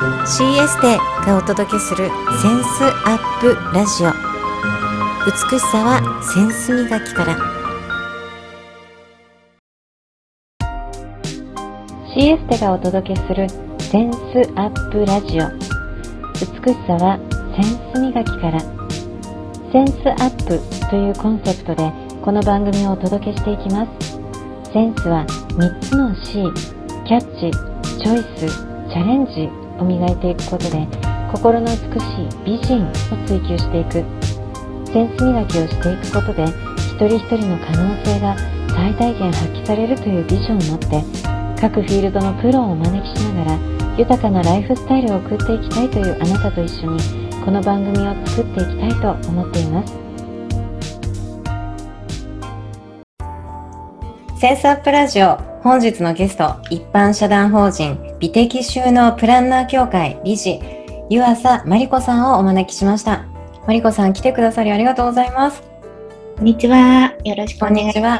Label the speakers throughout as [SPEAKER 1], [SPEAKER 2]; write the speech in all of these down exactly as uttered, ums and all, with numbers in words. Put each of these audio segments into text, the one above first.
[SPEAKER 1] シーエス テがお届けするセンスアップラジオ。美しさはセンス磨きから。 シーエス テがお届けするセンスアップラジオ。美しさはセンス磨きから。センスアップというコンセプトでこの番組をお届けしていきます。センスはみっつの C、 キャッチ、チョイス、チャレンジを磨いていくことで、心の美しい美人を追求していく。センス磨きをしていくことで、一人一人の可能性が最大限発揮されるというビジョンを持って、各フィールドのプロをお招きしながら豊かなライフスタイルを送っていきたいというあなたと一緒に、この番組を作っていきたいと思っています。センスアップラジオ、本日のゲスト、一般社団法人美的収納プランナー協会理事、湯浅真理子さんをお招きしました。真理子さん、来てくださりありがとうございます。
[SPEAKER 2] こんにちは。よろしくお願いします。
[SPEAKER 1] こんにちは。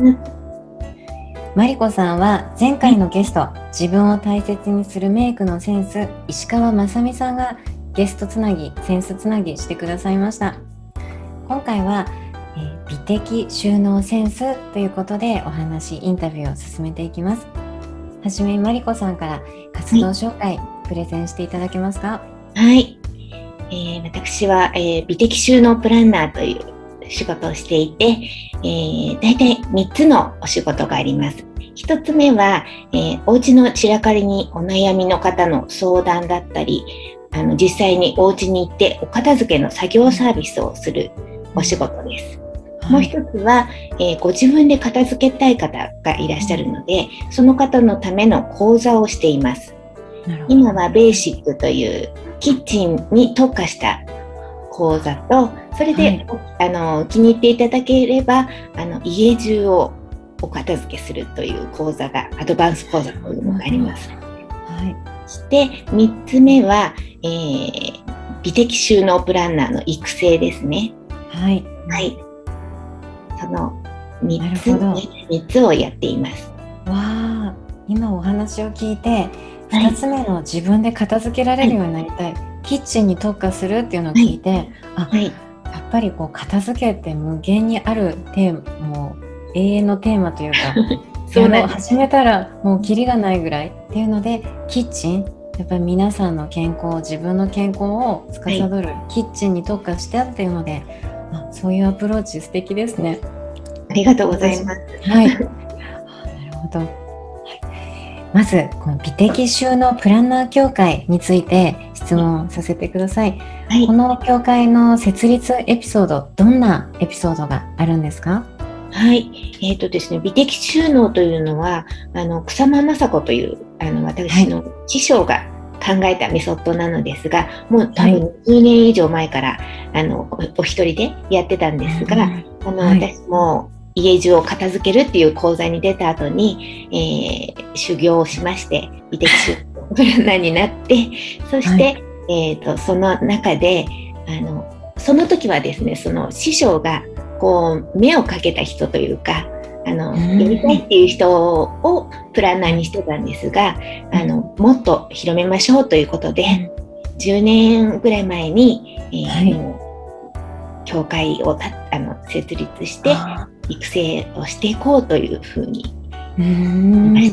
[SPEAKER 1] 真理子さんは前回のゲスト、自分を大切にするメイクのセンス、石川雅美さんがゲストつなぎ、センスつなぎしてくださいました。今回はえー、美的収納センスということでお話、インタビューを進めていきます。はじめ、まりこさんから活動紹介、はい、プレゼンしていただけますか？
[SPEAKER 2] はい、えー、私は、えー、美的収納プランナーという仕事をしていて、えー、大体みっつのお仕事があります。ひとつめは、えー、お家の散らかりにお悩みの方の相談だったり、あの実際にお家に行ってお片付けの作業サービスをするお仕事です。もう一つは、えー、ご自分で片付けたい方がいらっしゃるので、その方のための講座をしています。今はベーシックというキッチンに特化した講座と、それで、はい、あの気に入っていただければあの家中をお片付けするという講座が、アドバンス講座というのがあります。はい、そしてみっつめは、えー、美的収納プランナーの育成ですね。はい、はいそのみっつ、みっつをやっています。
[SPEAKER 1] わあ、今お話を聞いて、ふたつめの自分で片付けられるようになりたい、はい、キッチンに特化するっていうのを聞いて、はい、あ、はい、やっぱりこう片付けって無限にあるテーマ、もう永遠のテーマというかそうね、始めたらもうキリがないぐらいっていうので、キッチン、やっぱり皆さんの健康、自分の健康を司る、はい、キッチンに特化してっていうので、あ、そういうアプローチ素敵ですね。
[SPEAKER 2] ありがとうございます。
[SPEAKER 1] はい。なるほど。はい、まずこの美的収納プランナー協会について質問させてください。はい、この協会の設立エピソード、どんなエピソードがあるんですか？
[SPEAKER 2] はい、えーとですね、美的収納というのは、あの草間雅子というあの私の師匠が考えたメソッドなのですが、もう多分じゅうねん以上前から、はい、あの お, お一人でやってたんですが、うん、あの、はい、私も家中を片付けるっていう講座に出た後に、えー、修行をしまして、美的収納プランナーになって、そして、はい、えーと、その中であのその時はですね、その師匠がこう目をかけた人というか、あのやりたいっていう人をプランナーにしてたんですが、あのもっと広めましょうということで、じゅうねんぐらい前に、えーはい、協会をたあの設立して育成をしていこうというふうに言いました。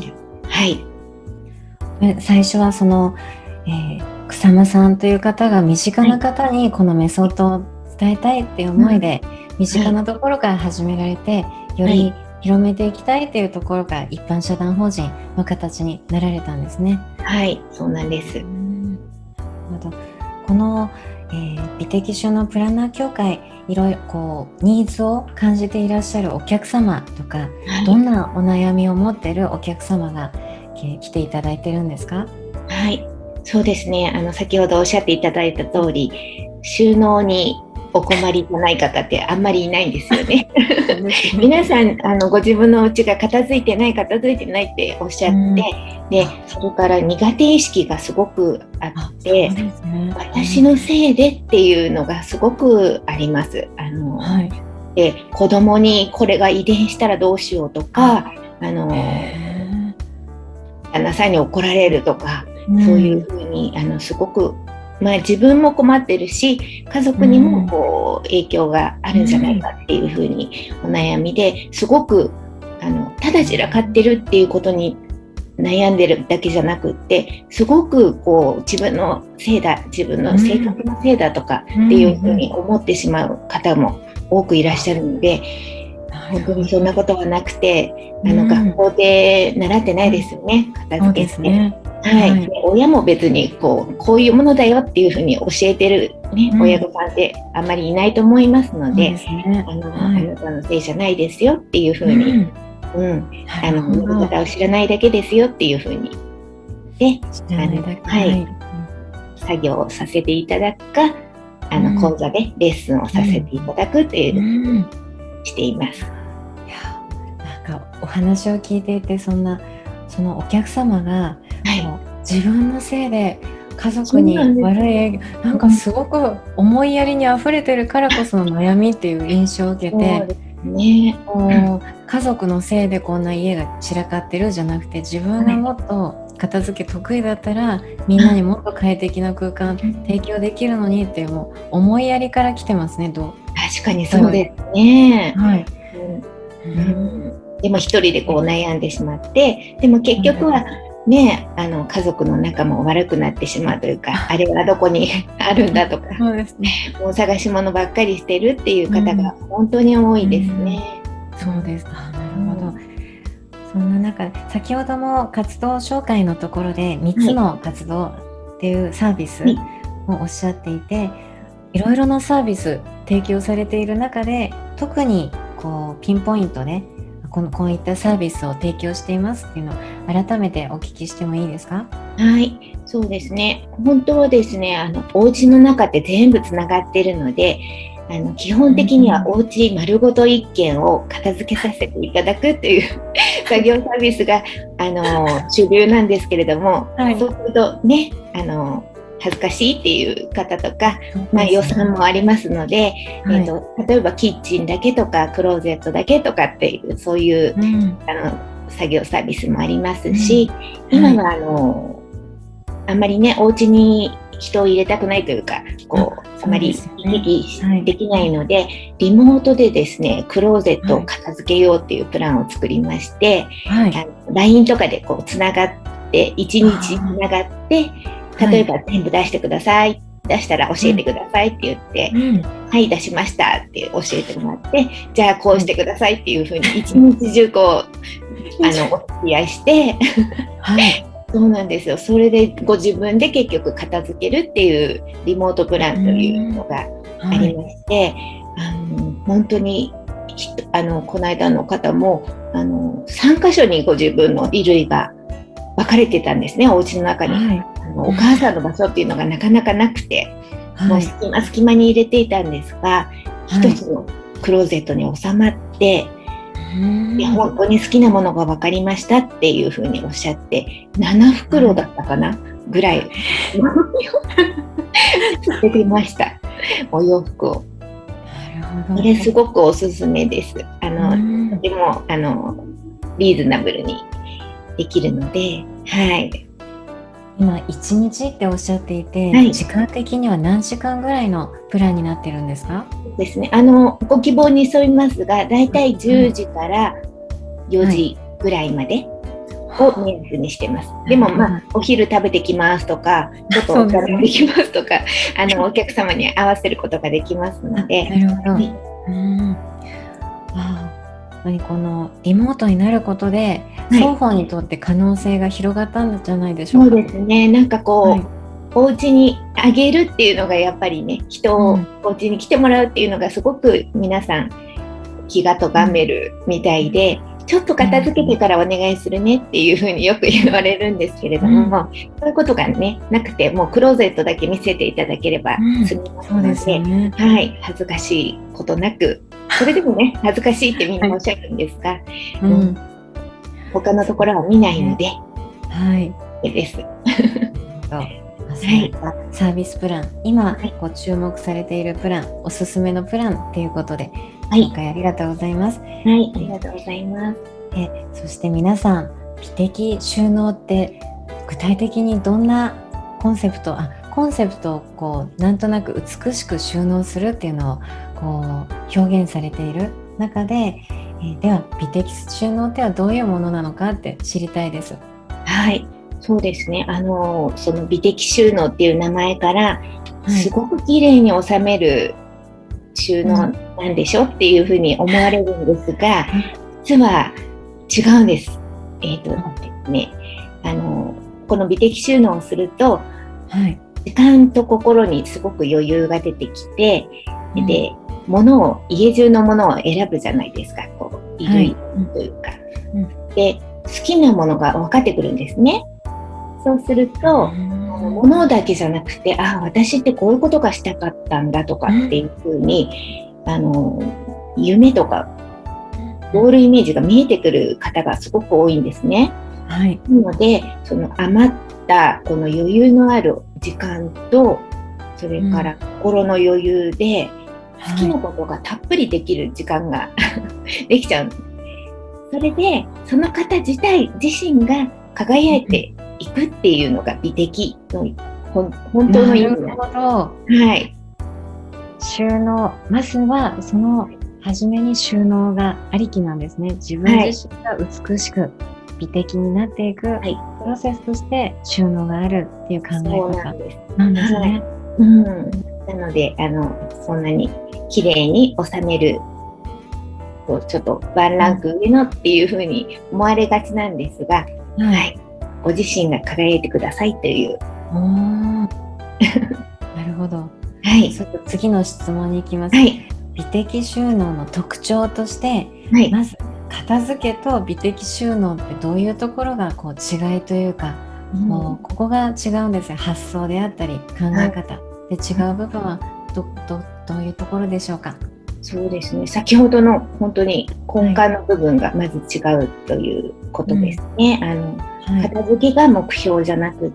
[SPEAKER 2] はい。
[SPEAKER 1] 最初はその、えー、草間さんという方が身近な方にこのメソッドを伝えたいっていう思いで、うん、身近なところから始められて、はい、より広めていきたいというところが一般社団法人の形になられたんですね。
[SPEAKER 2] はい、そうなんです。うん、
[SPEAKER 1] この、えー、美的収納プランナー協会、いろいろこうニーズを感じていらっしゃるお客様とか、はい、どんなお悩みを持っているお客様が、えー、来ていただいてるんですか？
[SPEAKER 2] はい、そうですね。あの先ほどおっしゃっていただいた通り、収納にお困りじゃない方ってあんまりいないんですよね。皆さんあのご自分のお家が片付いてない片付いてないっておっしゃって、うん、でそれから苦手意識がすごくあって、ね、私のせいでっていうのがすごくあります。あの、はい、で子供にこれが遺伝したらどうしようとか、あの旦那さんに怒られるとか、 そういうふうにあのすごく、まあ、自分も困ってるし家族にもこう影響があるんじゃないかっていうふうにお悩みですごくあのただ散らかってるっていうことに悩んでるだけじゃなくってすごくこう自分のせいだ自分の性格のせいだとかっていうふうに思ってしまう方も多くいらっしゃるので、本当にそんなことはなくてあの学校で習ってないですよね、片付けって。はいはい、で親も別にこう、こういうものだよっていうふうに教えてる、ねうん、親御さんってあんまりいないと思いますので、ねあのはい、あなたのせいじゃないですよっていうふうに、うんうん、あのやり方を知らないだけですよっていうふうにであの、はい、作業をさせていただくかあの、うん、講座でレッスンをさせていただくっていう、うん、しています。い
[SPEAKER 1] やなんかお話を聞いていてそんなそのお客様がはい、自分のせいで家族に悪い影響 な, なんかすごく思いやりにあふれてるからこその悩みっていう印象を受けて、ね、こう家族のせいでこんな家が散らかってるじゃなくて自分がもっと片付け得意だったらみんなにもっと快適な空間提供できるのにってもう思いやりから来てますね。どう
[SPEAKER 2] 確かにそうですね、はいうんうん、でも一人でこう悩んでしまってでも結局はね、あの家族の仲も悪くなってしまうというかあれはどこにあるんだとかそうです、ね、もう探し物ばっかりしてるっていう方が本当に多いですね、
[SPEAKER 1] うんうん、そうです。あ、なるほど、うん、そんな中先ほども活動紹介のところでみっつの活動っていうサービスをおっしゃっていて、はい、いろいろなサービス提供されている中で特にこうピンポイントでこのこういったサービスを提供していますっていうのを改めてお聞きしてもいいですか？
[SPEAKER 2] はい、そうですね。本当はですね、あのお家の中って全部つながっているので、あの基本的にはお家丸ごと一軒を片付けさせていただくという作業サービスがあの主流なんですけれども、はい、そうするとね、あの恥ずかしいっていう方とか、まあ、予算もありますので、はいえーと、例えばキッチンだけとかクローゼットだけとかっていうそういう、うん、あの作業サービスもありますし、うん、今はあの、はい、あんまりねお家に人を入れたくないというかこう、うん、あまり行き来できないので、はい、リモートでですねクローゼットを片付けようっていうプランを作りまして、はい、あの ライン とかでこうつながっていちにちつながって例えば、はい、全部出してください出したら教えてくださいって言って、うん、はい出しましたって教えてもらってじゃあこうしてくださいっていうふうに一日中こうあのお付き合いして、はい、そうなんですよ。それでご自分で結局片付けるっていうリモートプランというのがありまして、うんはい、あの本当にあのこの間の方もあのさんかしょにご自分の衣類が分かれてたんですねお家の中に、はい、あのお母さんの場所っていうのがなかなかなくて、はい、もう隙間隙間に入れていたんですが、はい、一つのクローゼットに収まって、はい、で本当に好きなものが分かりましたっていうふうにおっしゃってななふくろだったかな、はい、ぐらい出てましたお洋服を。これすごくおすすめです。あのとてもあのリーズナブルにできるので、はい、
[SPEAKER 1] 今いちにちっておっしゃっていて、はい、時間的には何時間ぐらいのプランになってるんですか？
[SPEAKER 2] ですね、あのご希望に沿いますがだいたいじゅうじからよじぐらいまでを目安にしてます、はい、でもまあお昼食べてきますとかちょっとお茶飲んできますとかあのお客様に合わせることができますので。なるほど、はい、うん
[SPEAKER 1] このリモートになることで、はい、双方にとって可能性が広がったんじゃないでしょうか。
[SPEAKER 2] そうですね、なんかこう、はい、お家にあげるっていうのがやっぱりね人をお家に来てもらうっていうのがすごく皆さん気がとがめるみたいで、うん、ちょっと片付けてからお願いするねっていうふうによく言われるんですけれども、うん、そういうことがねなくてもうクローゼットだけ見せていただければ済みますので、うん、そうですよね、はい、恥ずかしいことなくそれでもね恥ずかしいってみんなおっしゃるんですが、はいうん、他のところは見ないので、はい、です。
[SPEAKER 1] そういったサービスプラン、今ご注目されているプラン、おすすめのプランということで、はい、今回ありがとうございます。
[SPEAKER 2] はい、ありがとうございます。
[SPEAKER 1] えそして皆さん、美的収納って具具体的にどんなコンセプトあコンセプトをこうなんとなく美しく収納するっていうのをこう表現されている中で、えー、では美的収納ってはどういうものなのかって知りたいです。
[SPEAKER 2] はい、そうですね。あのその美的収納っていう名前からすごく綺麗に収める収納なんでしょ、うん、っていうふうに思われるんですが、実は違うんです。えっとですね、あのこの美的収納をすると、はい、時間と心にすごく余裕が出てきて、うん、で物を家中のものを選ぶじゃないですか。こう衣類というか、はいうん、で好きなものが分かってくるんですね。そうすると、うん、物だけじゃなくて、あ、私ってこういうことがしたかったんだとかっていうふうに、うん、あの夢とかゴールイメージが見えてくる方がすごく多いんですね。はい、なのでその余ったこの余裕のある時間と、それから心の余裕で好きなことがたっぷりできる時間ができちゃう。それでその方自体自身が輝いていくっていうのが美的の本当の意味なんです。なるほど。はい。
[SPEAKER 1] 収納、まずはその初めに収納がありきなんですね。自分自身が美しく、はい、美的になっていくプロセスとして収納があるっていう考え方なんですね。はい、
[SPEAKER 2] うん、なのであのそんなに綺麗に収めるこうちょっとワンランク上のっていうふうに思われがちなんですが、はいはい、ご自身が輝いてくださいという。
[SPEAKER 1] なるほど。はい、そ次の質問に行きます。はい、美的収納の特徴として、はい、まず片付けと美的収納ってどういうところがこう違いというか、うん、こうここが違うんですよ。発想であったり考え方、はい、で違う部分は ど, ど, どういうところでしょうか。
[SPEAKER 2] そうですね、先ほどの本当に根幹の部分がまず違うということですね。はい、あのはい、片付けが目標じゃなくって、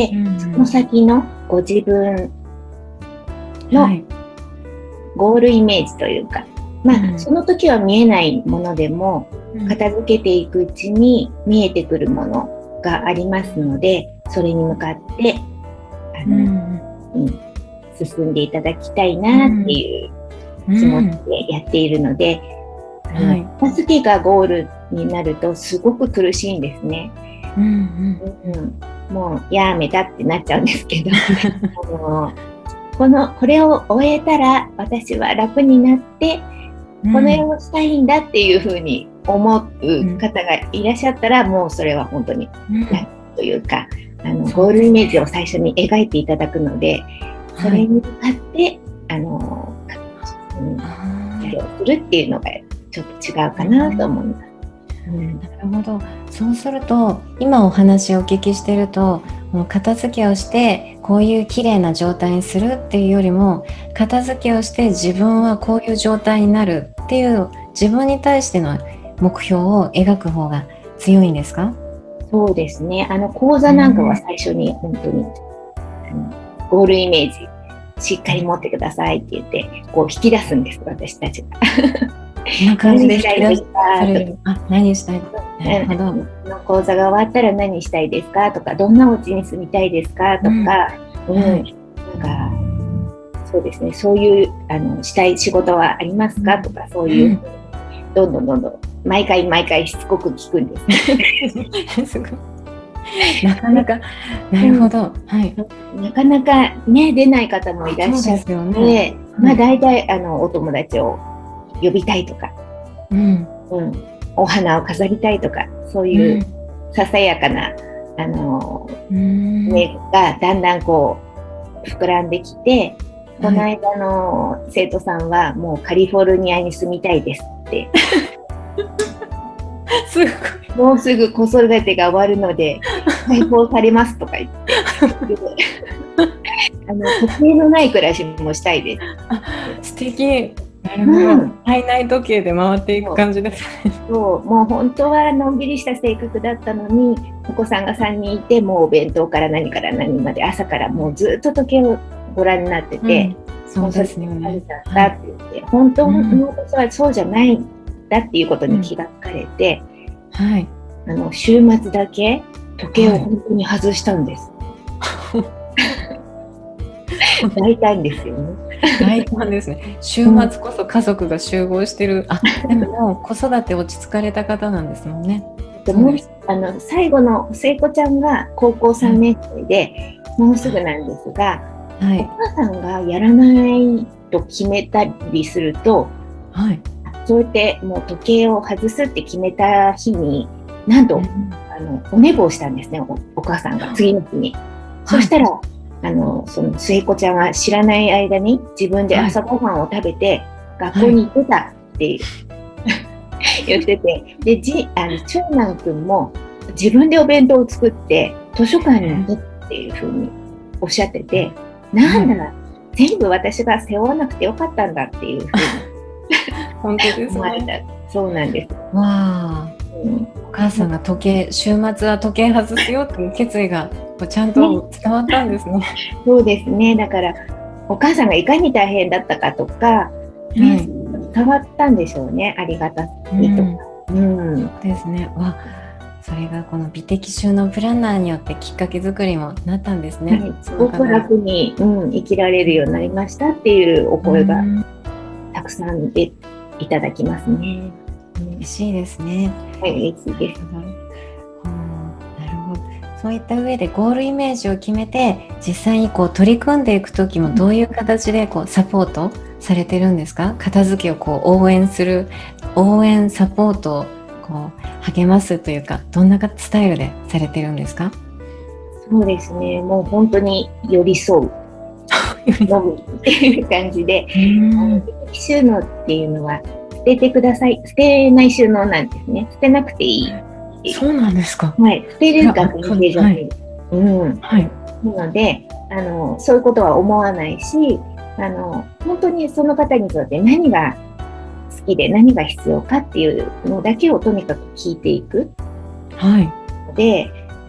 [SPEAKER 2] うん、その先のご自分のゴールイメージというか、まあ、うん、その時は見えないものでも、うん、片付けていくうちに見えてくるものがありますので、それに向かってあの、うんうん、進んでいただきたいなっていう気持ちでやっているので、うん、あの片付けがゴールになるとすごく苦しいんですね。うんうんうん、もうやめたってなっちゃうんですけどあのこのこれを終えたら私は楽になって、うん、この絵をしたいんだっていうふうに思う方がいらっしゃったら、うん、もうそれは本当に楽というか、うん、あのゴールイメージを最初に描いていただくので、それに向かって、はい、あの作業するっていうのがちょっと違うかなと思います。
[SPEAKER 1] うん、なるほど。そうすると今お話をお聞きしてると、片付けをしてこういう綺麗な状態にするっていうよりも、片付けをして自分はこういう状態になるっていう自分に対しての目標を描く方が強いんですか？
[SPEAKER 2] そうですね。あの講座なんかは最初に本当に、うん、あのゴールイメージしっかり持ってくださいって言ってこう引き出すんです、私たちが。
[SPEAKER 1] こんな感じで引き出す。あ、何したいですか？なるほど。
[SPEAKER 2] の講座が終わったら何したいですかとか、どんなお家に住みたいですかとか、うんうんはい、なんかそうですね、そういうあのしたい仕事はありますかとか、そういう、うん、どんどんどんどん毎回毎回しつこく聞くんです。
[SPEAKER 1] すごい。なかなかなるほど、はい、
[SPEAKER 2] なかなかね出ない方もいらっしゃって、ねまあ、大体あのお友達を呼びたいとか、うんうん、お花を飾りたいとか、そういうささやかな、うん、あの目がだんだんこう膨らんできて、この間の生徒さんはもうカリフォルニアに住みたいですって
[SPEAKER 1] すごい、
[SPEAKER 2] もうすぐ子育てが終わるので解放されますとか言ってあの時計のない暮らしもしたいです。
[SPEAKER 1] あ、素敵。なるほど、うん、体内時計で回っていく感じですね。
[SPEAKER 2] そう、もう本当はのんびりした性格だったのに、お子さんがさんにんいて、もうお弁当から何から何まで朝からもうずっと時計をご覧になってて、
[SPEAKER 1] うん、そうですよね。
[SPEAKER 2] だって言って、はい、本当のことはそうじゃないんだっていうことに気がつかれて、うんはい、あの週末だけ時計を本当に外したんです。大胆ですよね。
[SPEAKER 1] 大胆ですね。週末こそ家族が集合してる。あ、でももう子育て落ち着かれた方なんですもんね。
[SPEAKER 2] もうあの最後の聖子ちゃんが高校さんねん生で、もうすぐなんですが、はい、お母さんがやらないと決めたりすると、はい、そうやってもう時計を外すって決めた日に、なんと、うん、あのお寝坊したんですね、お、お母さんが次の日に。はい、そしたら、あのその聖子ちゃんが知らない間に自分で朝ごはんを食べて、はい、学校に行ってたっていう、はい、言ってて、でじあの長男くんも自分でお弁当を作って図書館に行くっていうふうにおっしゃってて、なんだ、うん、全部私が背負わなくてよかったんだっていうふうに
[SPEAKER 1] 本当です
[SPEAKER 2] ね。そうなんです。
[SPEAKER 1] わあ、うん、お母さんが時計、週末は時計外すよっていう決意がちゃんと伝わったんですね。
[SPEAKER 2] そうですね。だからお母さんがいかに大変だったかとか、ね、はい、伝わったんでしょうね。ありがたみとか。うん、
[SPEAKER 1] うん、ですね。わ、それがこの美的収納プランナーによってきっかけ作りもなったんですね。
[SPEAKER 2] はい、すごく楽に、うん、生きられるようになりましたっていうお声がたくさんでいただきますね。
[SPEAKER 1] 嬉しいですね。
[SPEAKER 2] はい、嬉しいです。
[SPEAKER 1] なるほど。そういった上でゴールイメージを決めて実際にこう取り組んでいくときもどういう形でこうサポートされてるんですか？片付けをこう応援する応援サポートをこう励ますというか、どんなスタイルでされてるんですか？
[SPEAKER 2] そうですね、もう本当に寄り添うのみっていう感じで、美的収納っていうのは捨ててください、捨てない収納なんですね。捨てなくていい。
[SPEAKER 1] そうなんですか？
[SPEAKER 2] はい、捨てるか関係じゃないです。はい、うん、はい、なのであのそういうことは思わないし、あの本当にその方にとって何が好きで何が必要かっていうのだけをとにかく聞いていく。はい。で、うん、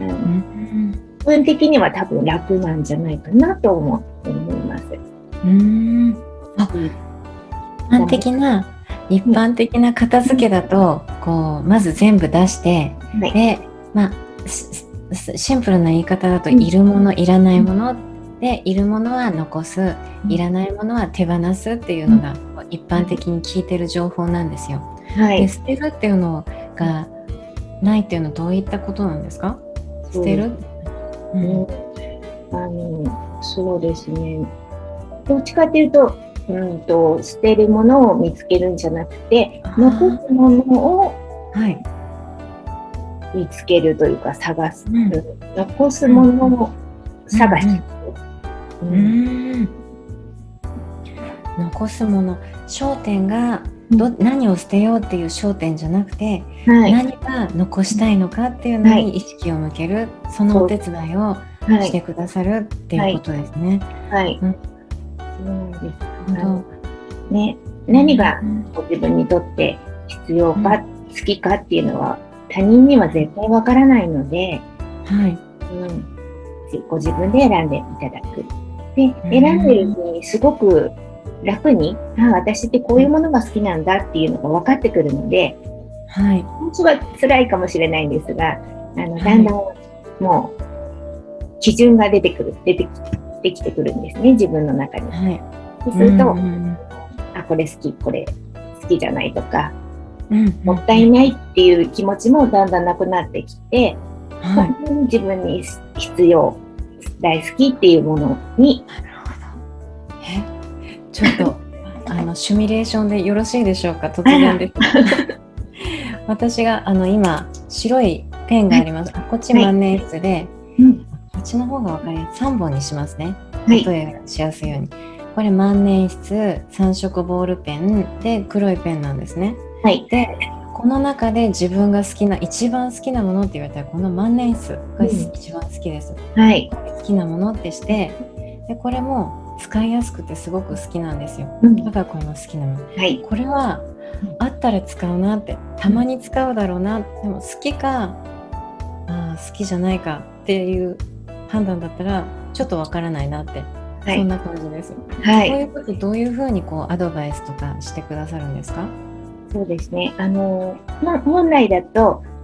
[SPEAKER 2] 自分的には多分楽なんじゃないかなと思って思います。
[SPEAKER 1] うーん。あ、一般的な一般的な片付けだと、うん、こうまず全部出して、はい、で、まあシンプルな言い方だと、うん、いるものいらないもので、いるものは残す、いらないものは手放すっていうのが一般的に聞いてる情報なんですよ。はい、で捨てるっていうのがないっていうのはどういったことなんですか？捨てる、
[SPEAKER 2] うん、あのそうですね、どっちかっていうと、うんと捨てるものを見つけるんじゃなくて、残すものを見つけるというか探す、うん、残すものを探して、
[SPEAKER 1] うんうんうん、残すもの、焦点がど何を捨てようっていう焦点じゃなくて、はい、何が残したいのかっていうのに意識を向ける、はい、そのお手伝いをしてくださるっていうことですね。はい、うん、
[SPEAKER 2] そうなんです。ね、何が自分にとって必要か、うん、好きかっていうのは他人には絶対わからないので、はい、うん、ご自分で選んでいただく。で、選んでるうちにすごく楽に、あ、私ってこういうものが好きなんだっていうのが分かってくるので、はい、本当は辛いかもしれないんですが、あのだんだんもう基準が出てくる、出てできてくるんですね、自分の中に。はい、そうすると、うんうん、あ、これ好き、これ好きじゃないとか、うんうん、もったいないっていう気持ちもだんだんなくなってきて、はい、本当に自分に必要、大好きっていうものに。
[SPEAKER 1] なるほど。えちょっとあのシミュレーションでよろしいでしょうか？突然です。私があの今白いペンがあります。はい、こっち万年筆で、はいうん、こっちの方が分かりやすい。さんぼんにしますね。例えしやすいように。これ万年筆、さん色ボールペンで黒いペンなんですね。はい、でこの中で自分が好きな一番好きなものって言われたらこの万年筆が一番好きです。うんはい、好きなものってしてでこれも使いやすくてすごく好きなんですよ。うん、だからこれも好きなもの、はい、これはあったら使うなって、たまに使うだろうな、でも好きかあ好きじゃないかっていう判断だったらちょっとわからないなって、はい、そんな感じです。はい、こういうことどういうふうにこうアドバイスとかしてくださるんですか？
[SPEAKER 2] そうですね、あの本来だと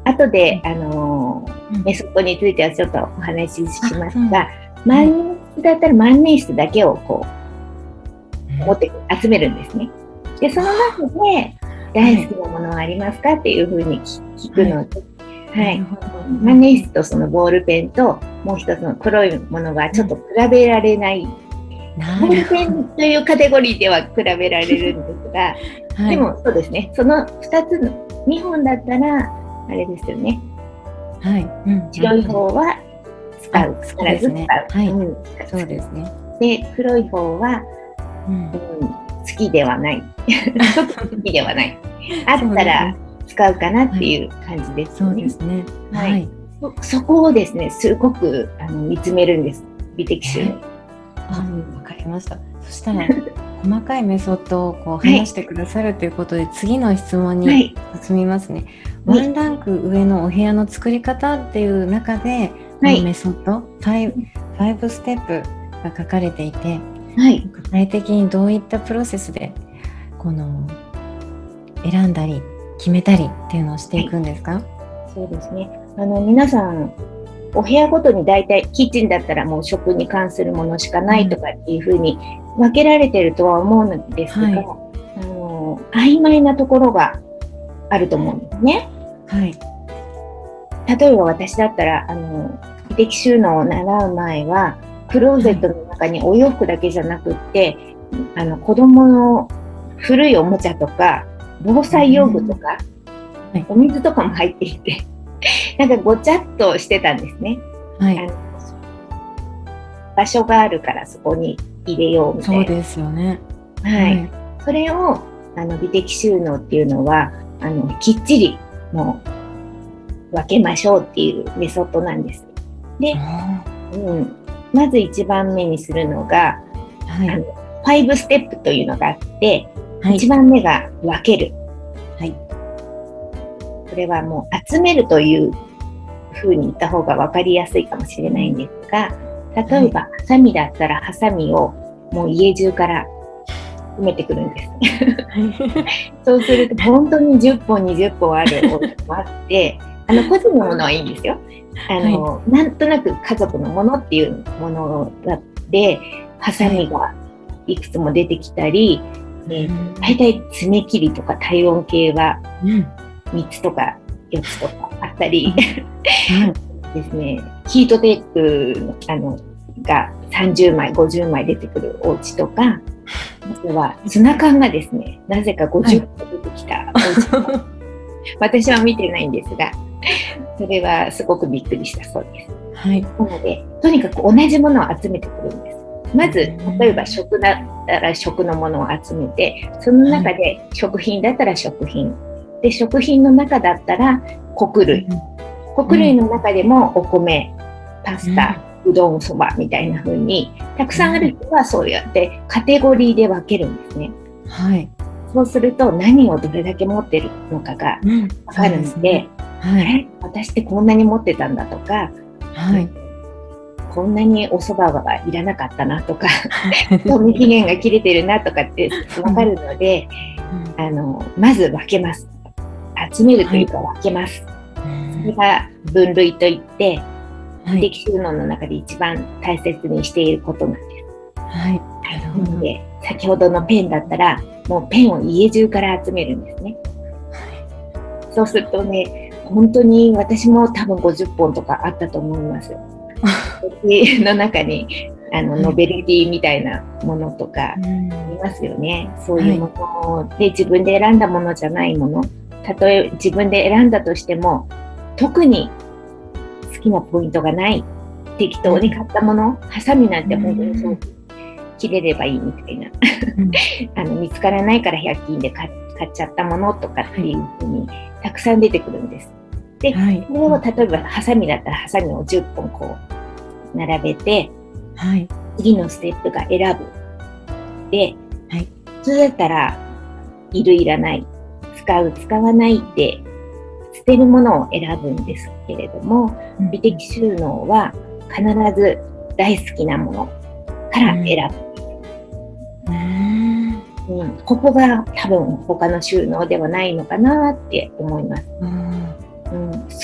[SPEAKER 2] 後で、あのー
[SPEAKER 1] うん、
[SPEAKER 2] メソッドについてはちょっとお話しします
[SPEAKER 1] あ
[SPEAKER 2] が、万年筆だったら万年筆だけをこう持って集めるんですね。でその中で大好きなものはありますかっていうふうに聞くので、はい、万年筆とそのボールペンともう一つの黒いものがちょっと比べられない、ボールペンというカテゴリーでは比べられるんですが、はい、でもそうですね、そのふたつのにほんだったらあれですよね、はい、うん、白い方は使う、必ず使う、はい、うん、そうですね。で黒い方は、うんうん、好きではないちょっと好きではないあったら使うかなっていう感じですね。そうですね、はい、はい、そ, そこをですねすごくあの見つめるんです、美的集の。
[SPEAKER 1] あ、わかりました。そしたら細かいメソッドをこう話してくださるということで、はい、次の質問に進みますね。はい、ワンランク上のお部屋の作り方っていう中で、このメソッド、はい、ごステップが書かれていて、はい、具体的にどういったプロセスでこの選んだり決めたりっていうのをしていくんですか？はい、
[SPEAKER 2] そうですね。あの皆さんお部屋ごとにだいたいキッチンだったらもう食に関するものしかないとかっていうふうに分けられてるとは思うんですが、はい、あの曖昧なところがあると思うんですね。はい、例えば私だったらあの美的収納を習う前はクローゼットの中にお洋服だけじゃなくって、はい、あの子供の古いおもちゃとか防災用具とか、はい、お水とかも入っていてなんかごちゃっとしてたんですね。はい、あの場所があるからそこに入れようみたいな。
[SPEAKER 1] そうですよね。
[SPEAKER 2] はい。はい、それをあの美的収納っていうのはあのきっちりもう分けましょうっていうメソッドなんです。で、うん、まず一番目にするのが、はい、あのファイブステップというのがあって、はい、一番目が分ける。はい。これはもう集めるという風に言った方が分かりやすいかもしれないんですが、例えば、はい、ハサミだったらハサミをもう家中から埋めてくるんですそうすると本当にじゅっぽんにじゅっぽんあるお家もあってあの個人のものはいいんですよ。あの、はい、なんとなく家族のものっていうものでハサミがいくつも出てきたり、はい、えー、大体爪切りとか体温計はみっつとかよっつとかあったり、はいですね、ヒートテープのあのがさんじゅうまいごじゅうまい出てくるお家とか、あとはツナ缶がですねなぜかごじゅっこ出てきたお家、はい、私は見てないんですがそれはすごくびっくりしたそうです。はい、なのでとにかく同じものを集めてくるんです。まず例えば食だったら食のものを集めて、その中で食品だったら食品で、食品の中だったら穀類、穀類の中でもお米、パスタ、うん、うどん、そばみたいな風にたくさんある人はそうやってカテゴリーで分けるんですね。はい、そうすると何をどれだけ持ってるのかが分かるので、うん、はい、私ってこんなに持ってたんだとか、はい、こんなにおそばはいらなかったなとか賞味期限が切れてるなとかって分かるので、うん、あのまず分けます。集めるというか分けます。はい、それが分類といって、美的収納の中で一番大切にしていることなんです。はい、なので先ほどのペンだったらもうペンを家中から集めるんですね。はい、そうするとね、本当に私も多分ごじゅっぽんとかあったと思います。の中にあの、はい、ノベルティみたいなものとかありますよね。そういうもので、はい、自分で選んだものじゃないもの、たとえ自分で選んだとしても特に好きなポイントがない適当に買ったもの、ハサミなんて本当にそう切れればいいみたいなあの見つからないからひゃく均で買っちゃったものとかっていう風にたくさん出てくるんです。で、はい、これを例えばハサミだったらハサミをじゅっぽんこう並べて、はい、次のステップが選ぶで、はい、普通だったらいるいらない、使う使わないって捨てるものを選ぶんですけれども、うん、美的収納は必ず大好きなものから選ぶ、うんうん、ここが多分他の収納ではないのかなって思います。うんうん、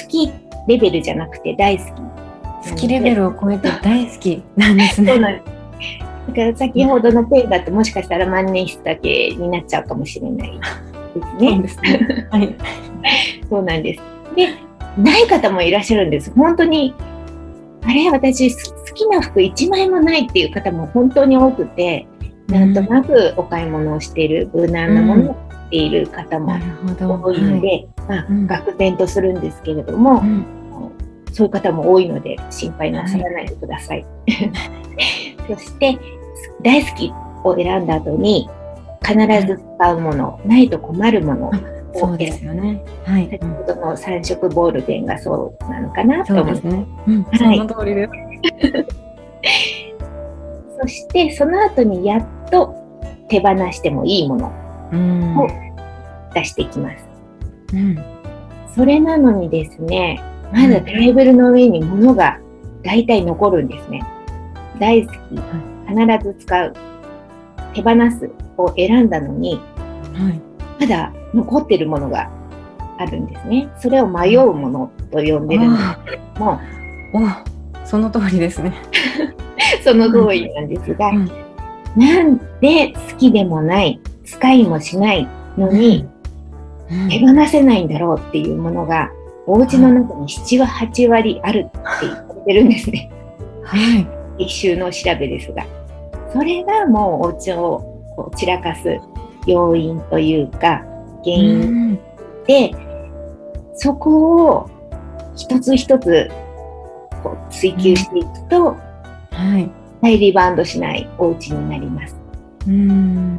[SPEAKER 2] レベルじゃなくて大好き。
[SPEAKER 1] 好きレベルを超えて大好きなんですね。
[SPEAKER 2] そうなんです。だから先ほどのペンだともしかしたら万年筆だけになっちゃうかもしれないですね。
[SPEAKER 1] そうですね。はい。
[SPEAKER 2] そうなんです。で、ない方もいらっしゃるんです。本当に、あれ、私好きな服いちまいもないっていう方も本当に多くて、なんとなくお買い物をしている、無難なものをしている方も多いので、うん、まあ、うん、愕然とするんですけれども、うん、そういう方も多いので心配なさらないでください。はい、そして大好きを選んだ後に必ず使うもの、はい、ないと困るものを、
[SPEAKER 1] そうですよね。はい。
[SPEAKER 2] 先ほどのさん色ボールペンがそうなのかなと思います。
[SPEAKER 1] そうですね。うん、はい、その通りです。
[SPEAKER 2] そしてその後にやっと手放してもいいものを出していきます。うん、それなのにですね、まだテーブルの上に物が大体残るんですね。大好き、必ず使う、手放すを選んだのに、はい、まだ残ってるものがあるんですね。それを迷うものと呼んでるんですけれども、
[SPEAKER 1] お、その通りですね。
[SPEAKER 2] その通りなんですが、うん、なんで好きでもない使いもしないのに、うんうん、手放せないんだろうっていうものがお家の中になな、はちわりあるって言ってるんですね。はい。一周の調べですが、それがもうお家をこう散らかす要因というか原因で、うん、そこを一つ一つこう追求していくと、うんはい、リバウンドしないお家になります。うん、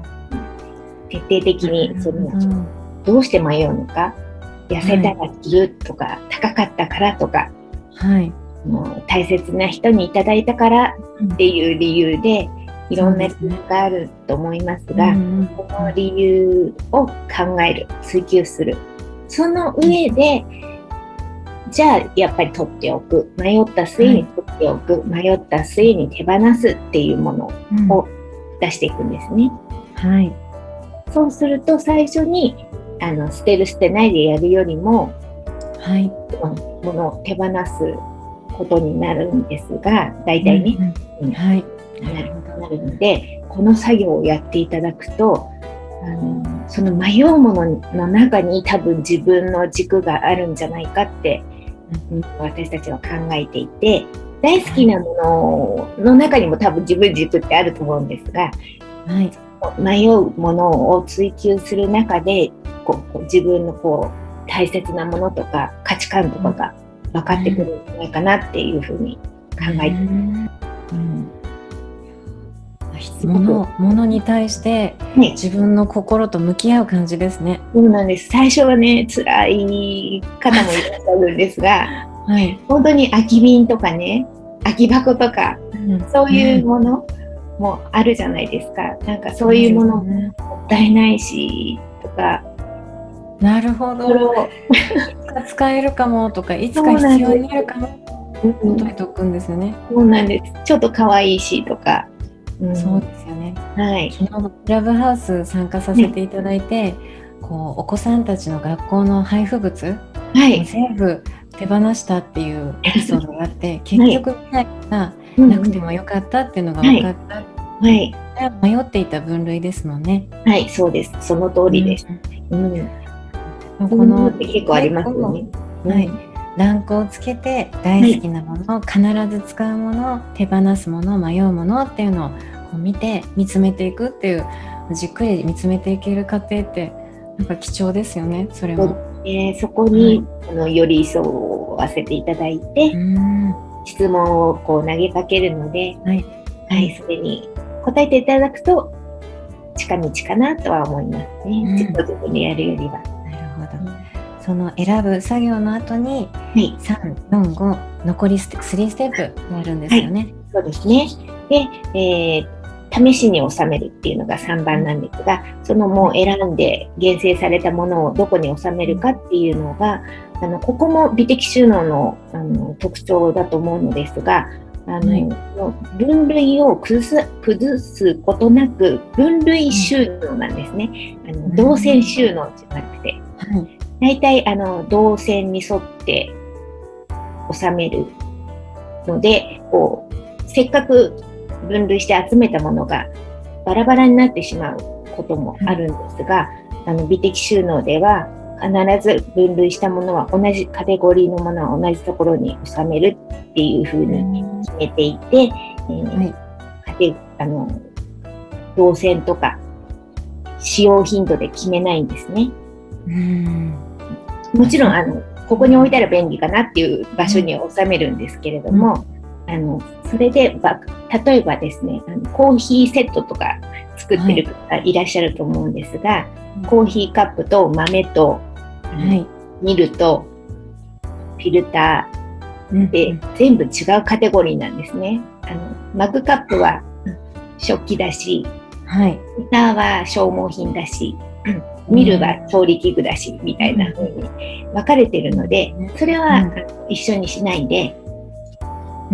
[SPEAKER 2] 徹底的にその、うん、どうして迷うのか、痩せたら着るとか、はい、高かったからとか、はい、もう大切な人にいただいたからっていう理由で、いろんな理由があると思いますが、うんうん、この理由を考える、追求する。その上で、じゃあやっぱり取っておく、迷った末に取っておく、はい、迷った末に手放すっていうものを出していくんですね。はい、そうすると最初にあの捨てる捨てないでやるよりも、はい、ものを手放すことになるんですが、大体ね、うんうんはい、なるなるので、この作業をやっていただくと、あのその迷うものの中に多分自分の軸があるんじゃないかって、うん、私たちは考えていて、大好きなものの中にも多分自分軸ってあると思うんですが、はい、迷うものを追求する中でこう自分のこう大切なものとか価値観とかが分かってくるんじゃないかなっていうふうに考えています。うん
[SPEAKER 1] もの、ものに対して自分の心と向き合う感じですね。
[SPEAKER 2] そうなんです。最初はね、辛い方もいらっしゃるんですが、はい、本当に空き瓶とかね、空き箱とか、うん、そういうものもあるじゃないですか。うん、なんかそういうものもったいないしとか。
[SPEAKER 1] なるほど。いつか使えるかもとか、いつか必要になるかもと解いておくんですよね。
[SPEAKER 2] そうなんです。ちょっと可愛いしとか。
[SPEAKER 1] うん、そうですよね、はい、昨日クラブハウス参加させていただいて、はい、こうお子さんたちの学校の配布物、はい、全部手放したっていうエピソードがあって結局見ないからなくてもよかったっていうのが分かった、はいはい、迷っていた分類ですもんね。
[SPEAKER 2] はい、そうです。その通りです、うんうん、この結構ありますよね、
[SPEAKER 1] はい、ランクをつけて大好きなもの、はい、必ず使うもの、手放すもの、迷うものっていうのをこう見て見つめていくっていう、じっくり見つめていける過程ってなんか貴重ですよね。それもそ,、
[SPEAKER 2] えー、そこに、はい、あのより添わせていただいて、うん質問をこう投げかけるので、はいはい、それに答えていただくと近道かなとは思いますね、うん、自分でやるよりは。なる
[SPEAKER 1] ほど、うんその選ぶ作業の後に、はい、さん、よん、ご残りさんステップがあるんですよね。
[SPEAKER 2] はい、そうですね。で、えー、試しに収めるっていうのがさんばんなんですが、そのもう選んで厳選されたものをどこに収めるかっていうのが、あのここも美的収納 の, あの特徴だと思うのですが、あの、はい、分類を崩す、崩すことなく分類収納なんですね。あの動線収納じゃなくて。はい大体あの動線に沿って収めるので、こうせっかく分類して集めたものがバラバラになってしまうこともあるんですが、あの美的収納では必ず分類したものは同じカテゴリーのものは同じところに収めるっていうふうに決めていて、えーはい、カテあの動線とか使用頻度で決めないんですね。うん、もちろんあのここに置いたら便利かなっていう場所には収めるんですけれども、うん、あのそれでば例えばですね、あのコーヒーセットとか作ってる方いらっしゃると思うんですが、はい、コーヒーカップと豆と、はい、ミルとフィルターで、うん、全部違うカテゴリーなんですね。あのマグカップは食器だし、はい、フィルターは消耗品だし、ミルは調理器具だしみたいな風に分かれてるので、それは一緒にしないで、うん、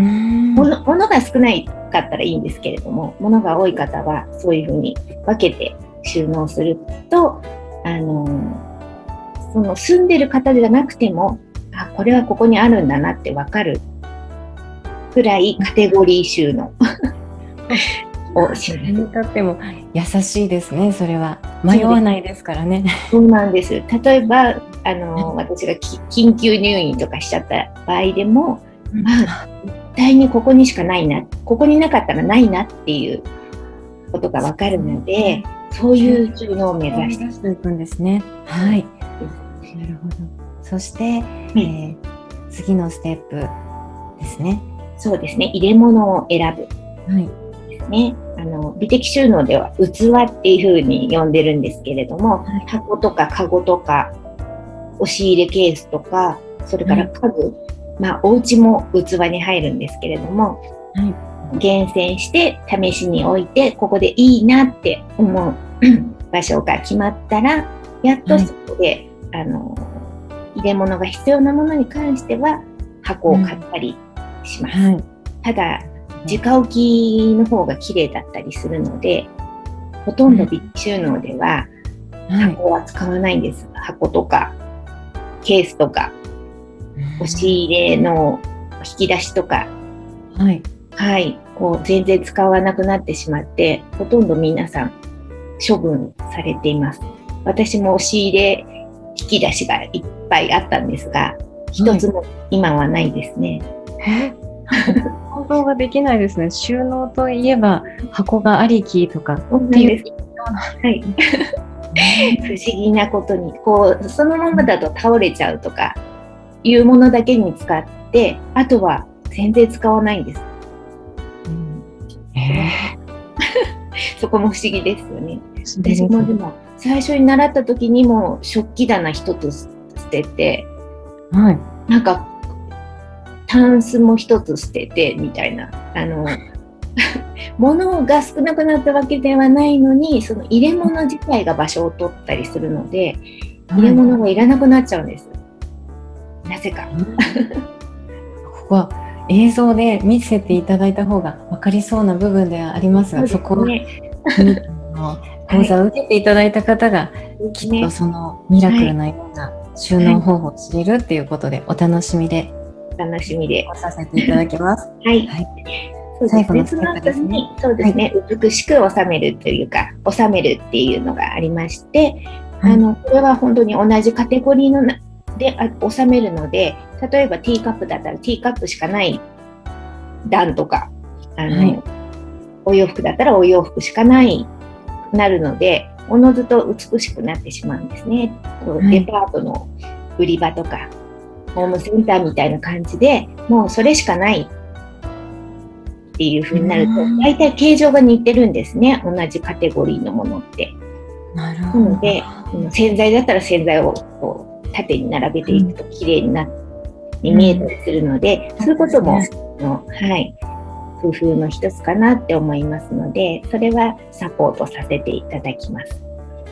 [SPEAKER 2] 物, 物が少ないかったらいいんですけれども、物が多い方はそういう風に分けて収納すると、あのその住んでる方じゃなくても、あ、これはここにあるんだなって分かるくらいカテゴリー収納をします。
[SPEAKER 1] にとっても優しいですね。それは迷わないですからね。
[SPEAKER 2] そうなんです。例えばあの私が緊急入院とかしちゃった場合でも、まあ、絶対にここにしかないな、ここになかったらないなっていうことが分かるので、そういう収納を目指して
[SPEAKER 1] いくんですね。はい。なるほど。そして、うん、えー、次のステップですね。
[SPEAKER 2] そうですね。入れ物を選ぶ。はい。ですね。あの美的収納では器っていう風に呼んでるんですけれども、はい、箱とかカゴとか押し入れケースとか、それから家具、はい、まあお家も器に入るんですけれども、はい、厳選して試しに置いて、ここでいいなって思う場所が決まったら、やっとそこで、はい、あの入れ物が必要なものに関しては箱を買ったりします。はい、ただ直置きの方が綺麗だったりするので、ほとんど美的収納では箱は使わないんです。はい、箱とかケースとか押し入れの引き出しとか、はい、はい、こう全然使わなくなってしまって、ほとんど皆さん処分されています。私も押し入れ引き出しがいっぱいあったんですが、一つも今はないですね。
[SPEAKER 1] はい、想像ができないですね。収納といえば箱がありきとかっていう。
[SPEAKER 2] はい。不思議なことに、こうそのままだと倒れちゃうとかいうものだけに使って、あとは全然使わないんです。うん、えー、そこも不思議ですよね。私もでも最初に習った時にも食器棚一つ捨てて、はい、なんかタンスも一つ捨ててみたいな、あの物が少なくなったわけではないのに、その入れ物自体が場所を取ったりするので、入れ物がいらなくなっちゃうんです、はい、なぜか
[SPEAKER 1] ここは映像で見せていただいた方が分かりそうな部分ではありますが、そこを講座を受けていただいた方が、はい、きっとそのミラクルなような収納方法を知れるっていうことで、お楽しみで
[SPEAKER 2] 楽しみで
[SPEAKER 1] させていただきます。
[SPEAKER 2] はい。はい、そうですね。その後に、そうですね、はい、美しく収めるというか、収めるっていうのがありまして、はい、あのこれは本当に同じカテゴリーのなで収めるので、例えばティーカップだったらティーカップしかない段とか、あの、はい、お洋服だったらお洋服しかないなるので、おのずと美しくなってしまうんですね。はい、デパートの売り場とかホームセンターみたいな感じで、もうそれしかないっていう風になると、大体形状が似てるんですね、同じカテゴリーのものって。なるほど。なので、洗剤だったら洗剤をこう縦に並べていくと綺麗になって見えたりするので、うん、そういうことも、の、はい、工夫の一つかなって思いますので、それはサポートさせていただきます。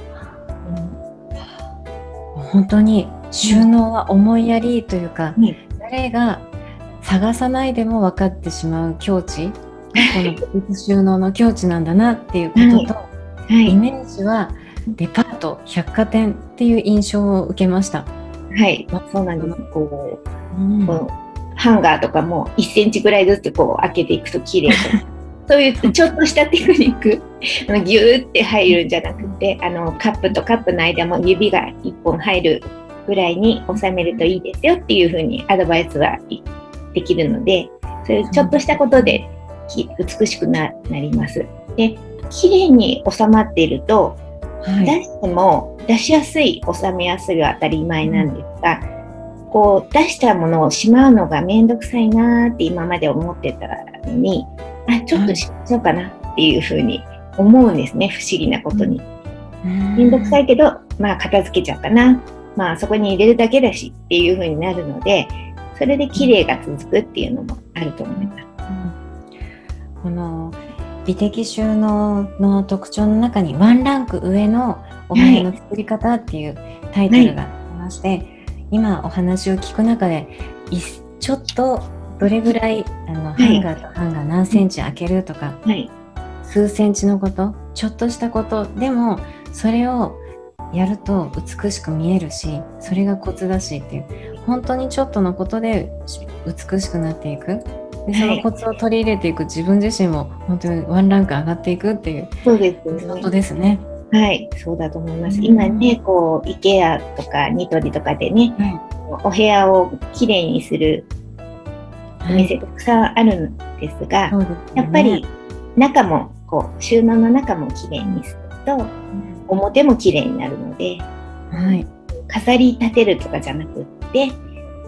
[SPEAKER 1] うん、本当に収納は思いやりというか、うん、誰が探さないでも分かってしまう境地、この美的収納の境地なんだなっていうことと、はいはい、イメージはデパート、百貨店っていう印象を受けました。
[SPEAKER 2] はい、そうなんです。こう、うん、こうハンガーとかもいっセンチぐらいずつこう開けていくと綺麗とかそういうちょっとしたテクニックギューって入るんじゃなくて、あのカップとカップの間も指がいっぽん入るぐらいに収めるといいですよっていう風にアドバイスはできるので、そういうちょっとしたことで美しく な, なります。で、綺麗に収まっていると、はい、出しても出しやすい、収めやすいは当たり前なんですが、うん、こう出したものをしまうのがめんどくさいなって今まで思ってたのに、あ、ちょっとしましょうかなっていうふうに思うんですね、不思議なことに。めんどくさいけど、まあ片付けちゃったな、まあそこに入れるだけだしっていうふうになるので、それで綺麗が続くっていうのもあると思います。
[SPEAKER 1] うん、この美的収納の特徴の中にワンランク上のお部屋の作り方っていうタイトルがありまして、はい、今お話を聞く中でちょっとどれぐらいあの、はい、ハンガーとハンガー何センチ開けるとか、はい、数センチのこと、ちょっとしたことでもそれをやると美しく見えるし、それがコツだしっていう、本当にちょっとのことで美しくなっていく。で、そのコツを取り入れていく自分自身も本当にワンランク上がっていくっていう、
[SPEAKER 2] そうですね。
[SPEAKER 1] 本当ですね。
[SPEAKER 2] はい、そうだと思います。今ね、こう IKEA とかニトリとかでね、はい、お部屋をきれいにするお店たくさんあるんですが、はい、やっぱり中もこう収納の中もきれいにすると、うん、表もきれいになるので、はい、飾り立てるとかじゃなくって、うん、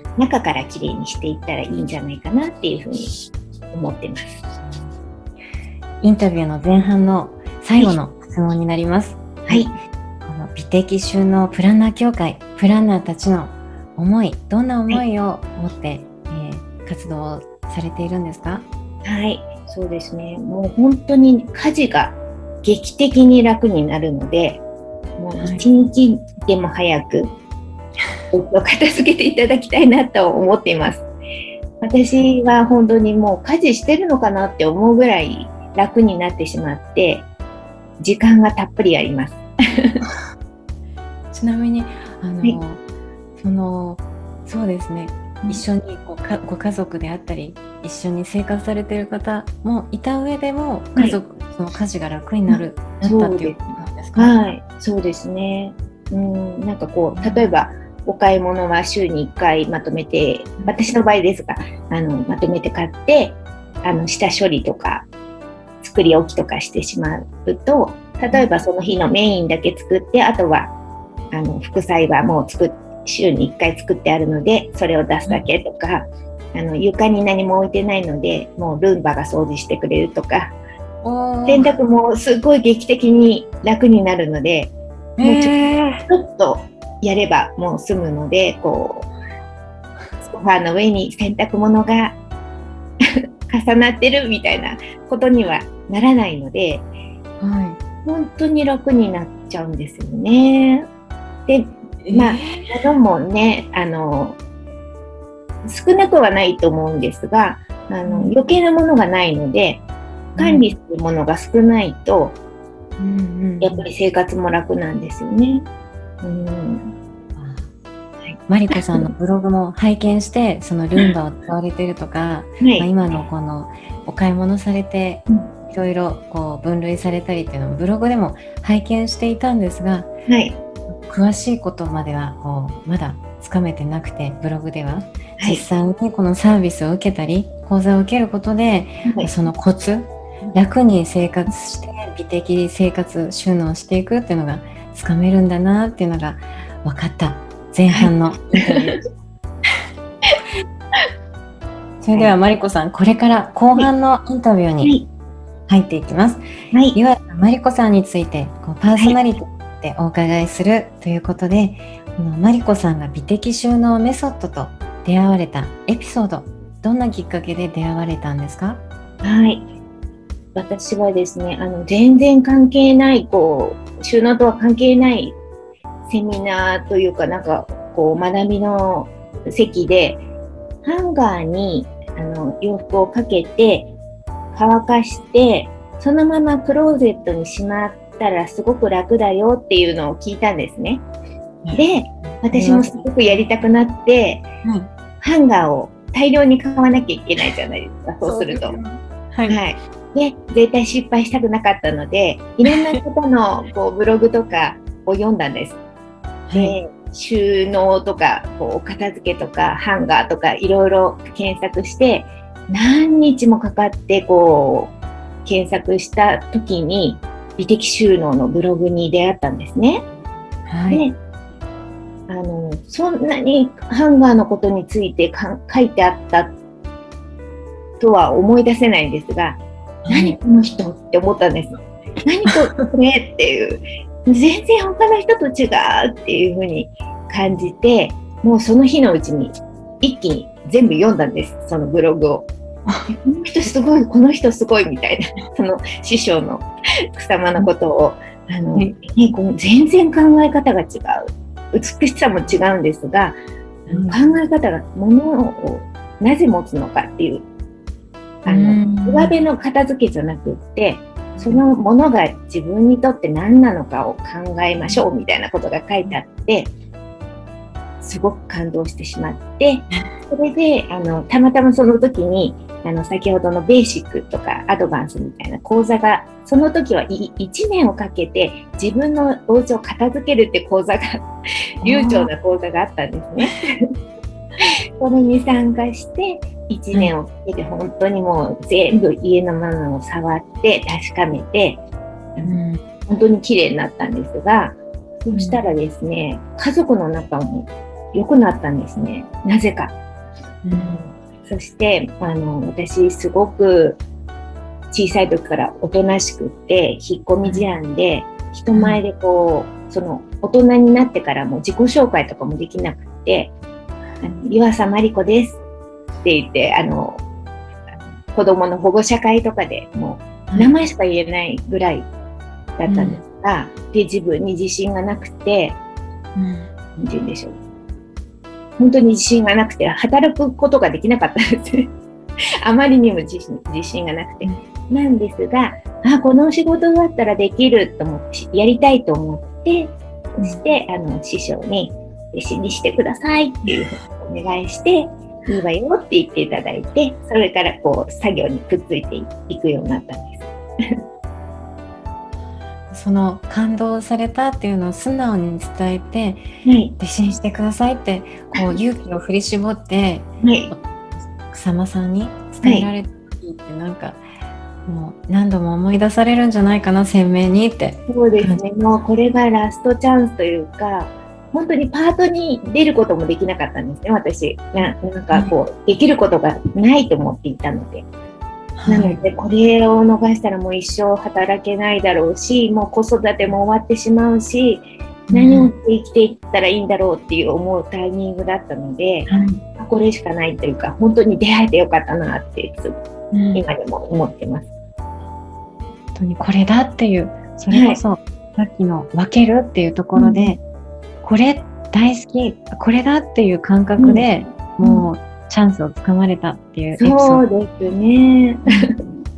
[SPEAKER 2] 中からきれいにしていったらいいんじゃないかなっていうふうに思ってます。
[SPEAKER 1] インタビューの前半の最後の質問になります。
[SPEAKER 2] はい。
[SPEAKER 1] この美的収納プランナー協会、プランナーたちの思い、どんな思いを持って、はい、えー、活動をされているんですか？
[SPEAKER 2] はい、そうですね。もう本当に家事が劇的に楽になるので、もう一日でも早く、はい、片付けていただきたいなと思っています。私は本当にもう家事してるのかなって思うぐらい楽になってしまって、時間がたっぷりあります。
[SPEAKER 1] ちなみにあの、はい、そのそうですね、一緒にこうかご家族であったり一緒に生活されている方もいた上でも家族、はい、その家事が楽になる、うん、なったっていうことなんですか？
[SPEAKER 2] はい、そうですね。うん、なんかこう例えばお買い物は週にいっかいまとめて、私の場合ですがあのまとめて買ってあの下処理とか作り置きとかしてしまうと、例えばその日のメインだけ作って、あとはあの副菜はもう作っ週にいっかい作ってあるのでそれを出すだけとか、あの床に何も置いてないのでもうルンバが掃除してくれるとか、洗濯もすごい劇的に楽になるので、もうちょ、ちょっとやればもう済むので、こうソファーの上に洗濯物が重なってるみたいなことにはならないので、はい、本当に楽になっちゃうんですよね。で、まあ、えー、物もね、あの少なくはないと思うんですが、あの余計なものがないので、管理するものが少ないと、うんうん、やっぱり生活も楽なんですよね。うん、
[SPEAKER 1] はい、マリコさんのブログも拝見して、そのルンバを使われているとか、はい、まあ、今のこのお買い物されて、いろいろこう分類されたりっていうのをブログでも拝見していたんですが、はい、詳しいことまではこうまだつかめてなくて、ブログでは、はい、実際にこのサービスを受けたり講座を受けることで、はい、そのコツ、楽に生活して美的生活収納していくっていうのがつかめるんだなっていうのが分かった前半のインタビューです。それではマリコさん、これから後半のインタビューに入っていきます。はい、岩田マリコさんについてこうパーソナリティでお伺いするということで、はい、このマリコさんが美的収納メソッドと出会われたエピソード、どんなきっかけで出会われたんですか？
[SPEAKER 2] はい、私はですね、あの全然関係ないこう収納とは関係ないセミナーというか、なんかこう学びの席でハンガーにあの洋服をかけて乾かしてそのままクローゼットにしまったらすごく楽だよっていうのを聞いたんですね。で、私もすごくやりたくなって、うん、ハンガーを大量に買わなきゃいけないじゃないですか、そうすると。はい、はい、で絶対失敗したくなかったので、いろんな方のこうブログとかを読んだんです。で、はい、収納とかこうお片付けとかハンガーとかいろいろ検索して、何日もかかってこう検索した時に美的収納のブログに出会ったんですね。はい、であのそんなにハンガーのことについてか書いてあったとは思い出せないんですが、はい、何この人って思ったんです。何これっていう全然他の人と違うっていう風に感じて、もうその日のうちに一気に全部読んだんです、そのブログを。この人すごい、この人すごいみたいな、その師匠の草間のことをあの、ね、この全然考え方が違う、美しさも違うんですが、うん、考え方が物をなぜ持つのかっていうあの上辺の片付けじゃなくって、そのものが自分にとって何なのかを考えましょうみたいなことが書いてあって、すごく感動してしまって、それであのたまたまその時にあの先ほどのベーシックとかアドバンスみたいな講座が、その時はいちねんをかけて自分のお家を片付けるって講座が流暢な講座があったんですね。それに参加していちねんをかけて本当にもう全部家のものを触って確かめて、うん、本当に綺麗になったんですが、そうしたらですね、家族の中も良くなったんですね、なぜか。うん、そしてあの私すごく小さい時からおとなしくって引っ込み思案で、人前でこうその大人になってからも自己紹介とかもできなくて、湯浅まりこですって言って、あの子供の保護者会とかでもう名前しか言えないぐらいだったんですが、うん、で自分に自信がなくて、うん、なんて言うんでしょう、本当に自信がなくて働くことができなかったんですあまりにも自信、自信がなくて、うん、なんですが、あ、この仕事があったらできると思ってやりたいと思って、そしてあの師匠に弟子にしてくださいっていうふうにお願いして、いいわよって言っていただいて、それからこう作業にくっついていくようになったんです
[SPEAKER 1] その感動されたっていうのを素直に伝えて、はい、弟子にしてくださいってこう勇気を振り絞って、はい、草間さんに伝えられた時ってなんか、はい、もう何度も思い出されるんじゃないかな、鮮明にって。
[SPEAKER 2] そうですね、もうこれがラストチャンスというか、本当にパートに出ることもできなかったんですね、私。な、なんかこう、はい、できることがないと思っていたので。はい、なので、これを逃したらもう一生働けないだろうし、もう子育ても終わってしまうし、うん、何をして生きていったらいいんだろうっていう思うタイミングだったので、はい、これしかないというか、本当に出会えてよかったなって、うん、今でも思ってます。
[SPEAKER 1] 本当にこれだっていう、それこそ、はい、さっきの分けるっていうところで、うんこれ大好き、これだっていう感覚で、うん、もうチャンスをつかまれたっていうエピソード。
[SPEAKER 2] そうですね。なる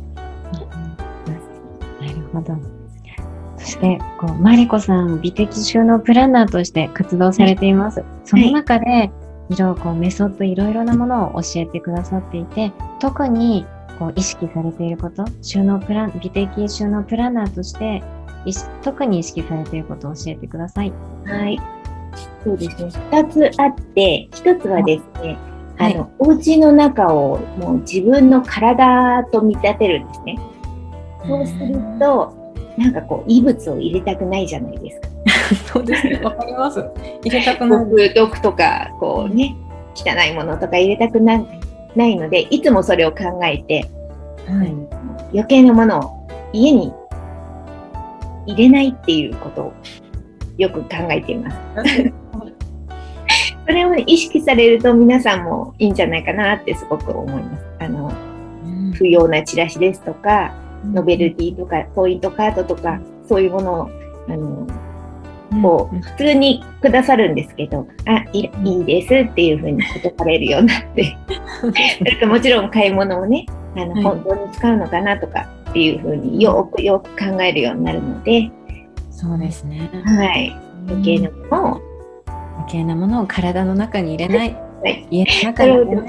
[SPEAKER 1] ほど。そしてこうマリコさん、美的収納プランナーとして活動されています。はい、その中でいろいろこうメソッドいろいろなものを教えてくださっていて、特にこう意識されていること、収納プラン美的収納プランナーとして特に意識されていることを教えてください。
[SPEAKER 2] はい。そうですね。二つあって、一つはですね、はい、あの、お家の中をもう自分の体と見立てるんですね。そうすると、なんかこう、異物を入れたくないじゃないですか。
[SPEAKER 1] そうですね。わかります。入れたくない。
[SPEAKER 2] 毒とか、こうね、汚いものとか入れたくな、ないので、いつもそれを考えて、はい、余計なものを家に入れないっていうことをよく考えています。それを意識されると皆さんもいいんじゃないかなってすごく思います。あの、うん、不要なチラシですとか、ノベルティとか、ポイントカードとか、そういうものを、あの、こう、普通にくださるんですけど、あ、いい、いいですっていうふうに断れるようになって、それともちろん買い物をね、あの、はい、本当に使うのかなとかっていうふうによくよく考えるようになるので、
[SPEAKER 1] そうですね。
[SPEAKER 2] はい。余計なものを、
[SPEAKER 1] 余計なものを体の中に入れない。はい、家の中に入れない。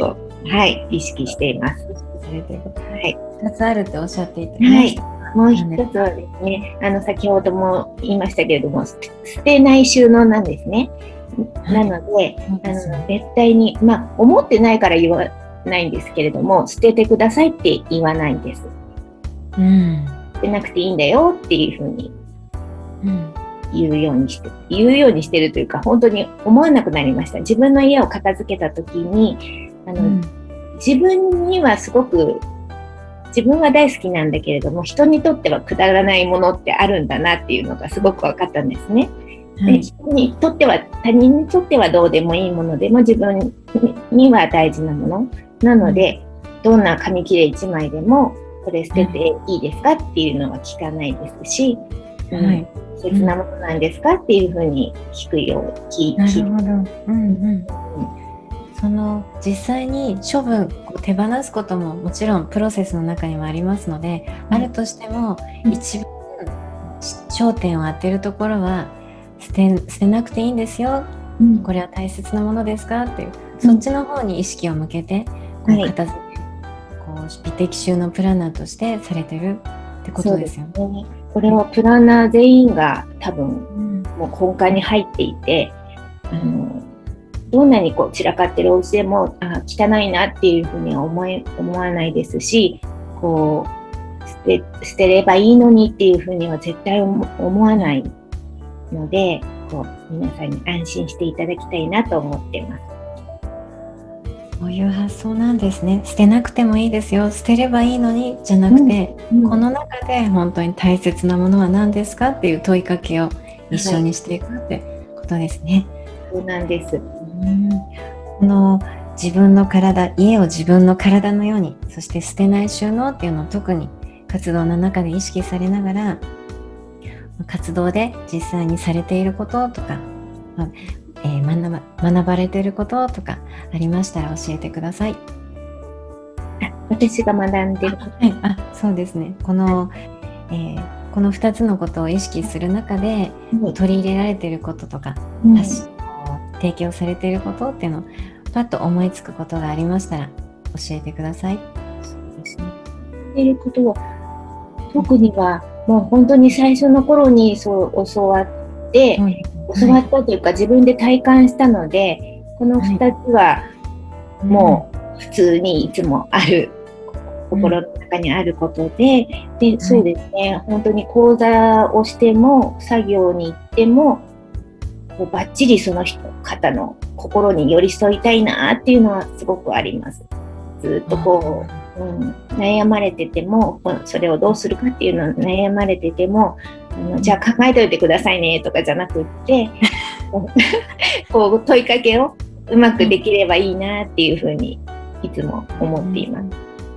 [SPEAKER 2] はい、意識しています。
[SPEAKER 1] されていること、
[SPEAKER 2] はい、
[SPEAKER 1] ふたつあるっておっしゃっていて、
[SPEAKER 2] はい、もう一つはですね、あの先ほども言いましたけれども、捨てない収納なんですね。なので、はい、あの絶対に、まあ、思ってないから言わないんですけれども、捨ててくださいって言わないんです。うん、捨てなくていいんだよっていうふうに言うようにして、言うようにしてるというか、本当に思わなくなりました。自分の家を片付けた時に、あの、うん、自分にはすごく自分は大好きなんだけれども、人にとってはくだらないものってあるんだなっていうのがすごく分かったんですね。はい、で人にとっては、他人にとってはどうでもいいものでも自分には大事なものなので、どんな紙切れいちまいでもこれ捨てていいですかっていうのは聞かないですし、はい、うん、切なものなんですかっていうふうに聞くよう聞
[SPEAKER 1] なるほど、うんうん、その実際に処分を手放すことももちろんプロセスの中にもありますので、うん、あるとしても、うん、一番焦点を当てるところは捨て、捨てなくていいんですよ、うん、これは大切なものですかっていう、うん、そっちの方に意識を向けてこう片付け、はい、こう美的収納プランナーとしてされてるってことですよね。
[SPEAKER 2] そうですね。これはプランナー全員が多分、うん、もう根幹に入っていて、うん、あのどんなにこう散らかってるお家でもあ汚いなっていうふうには思い思わないですし、こう捨て、捨てればいいのにっていうふうには絶対思わないので、こう皆さんに安心していただきたいなと思っています。
[SPEAKER 1] そういう発想なんですね。捨てなくてもいいですよ、捨てればいいのにじゃなくて、うんうん、この中で本当に大切なものは何ですかっていう問いかけを一緒にしていくってことですね。
[SPEAKER 2] はい、そうなんです。
[SPEAKER 1] うん、この自分の体、家を自分の体のように、そして捨てない収納っていうのを特に活動の中で意識されながら、活動で実際にされていることとか、えー、学ば、学ばれていることとかありましたら教えてください。
[SPEAKER 2] 私が学んでいること、
[SPEAKER 1] はい、あ、そうですね。この、えー、このふたつのことを意識する中で、うん、取り入れられていることとか、うん、提供されていることっていうのをパッと思いつくことがありましたら教えてください。
[SPEAKER 2] そうですね。っていうことは特にはもう本当に最初の頃にそう教わって、はい、教わったというか、はい、自分で体感したので、このふたつはもう普通にいつもある、うん、心の中にあることで、で、そうですね、はい、本当に講座をしても作業に行ってもこうバッチリその人方の心に寄り添いたいなっていうのはすごくあります。ずっとこう、うん、悩まれてても、それをどうするかっていうのを悩まれてても、あのじゃあ考えておいてくださいねとかじゃなくってこう問いかけをうまくできればいいなっていうふうにいつも思っています。